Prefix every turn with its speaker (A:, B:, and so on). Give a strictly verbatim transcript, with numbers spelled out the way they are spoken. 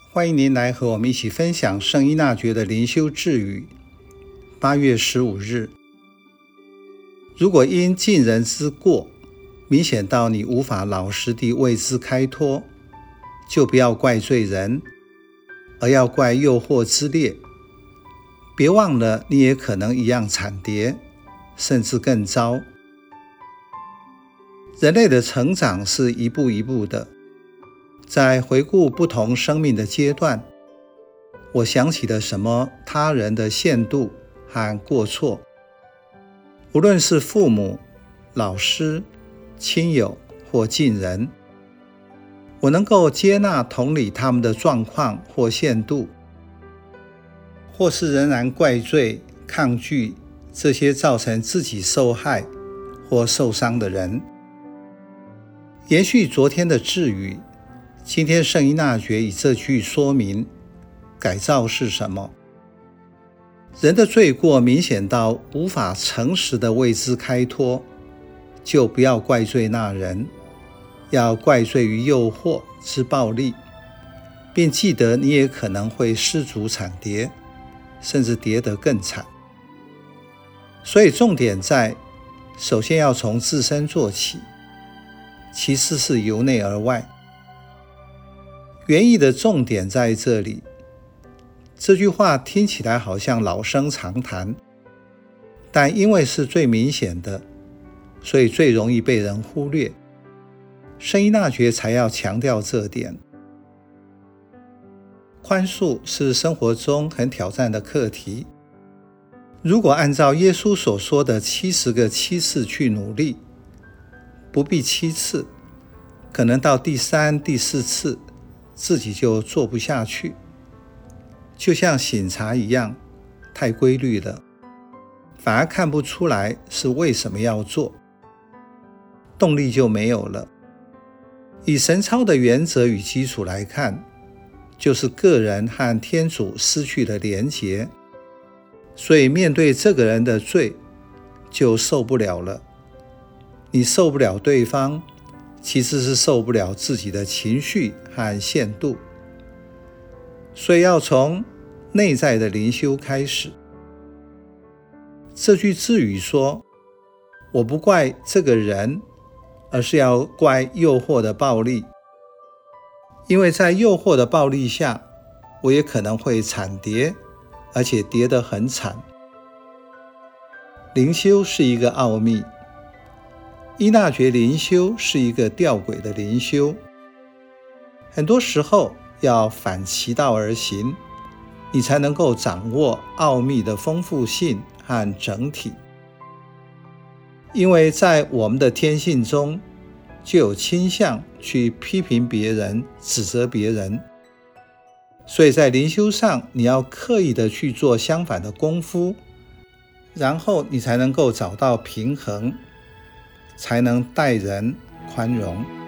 A: 欢迎您来和我们一起分享圣依纳爵的灵修智语。八月十五日，如果因近人之过，明显到你无法老实地为之开脱，就不要怪罪人，而要怪诱惑之烈。别忘了，你也可能一样惨跌，甚至更糟。人类的成长是一步一步的，在回顾不同生命的阶段，我想起了什么他人的限度和过错，无论是父母、老师、亲友或近人，我能够接纳同理他们的状况或限度，或是仍然怪罪、抗拒这些造成自己受害或受伤的人。延续昨天的智语，今天圣依纳爵以这句说明改造是什么。人的罪过明显到无法诚实的为之开脱，就不要怪罪那人，要怪罪于诱惑之暴力，并记得你也可能会失足惨跌，甚至跌得更惨。所以重点在，首先要从自身做起，其次是由内而外。原意的重点在这里。这句话听起来好像老生常谈，但因为是最明显的，所以最容易被人忽略。圣依纳爵才要强调这点。宽恕是生活中很挑战的课题。如果按照耶稣所说的七十个七次去努力，不必七次，可能到第三、第四次，自己就做不下去。就像醒茶一样，太规律了，反而看不出来是为什么要做，动力就没有了。以神操的原则与基础来看，就是个人和天主失去了连结，所以面对这个人的罪，就受不了了。你受不了对方，其实是受不了自己的情绪和限度。所以要从内在的灵修开始。这句智语说，我不怪这个人，而是要怪诱惑的暴力。因为在诱惑的暴力下，我也可能会惨跌，而且跌得很惨。灵修是一个奥秘，依纳爵灵修是一个吊诡的灵修。很多时候要反其道而行，你才能够掌握奥秘的丰富性和整体。因为在我们的天性中，就有倾向去批评别人、指责别人，所以在灵修上，你要刻意的去做相反的功夫，然后你才能够找到平衡，才能待人宽容。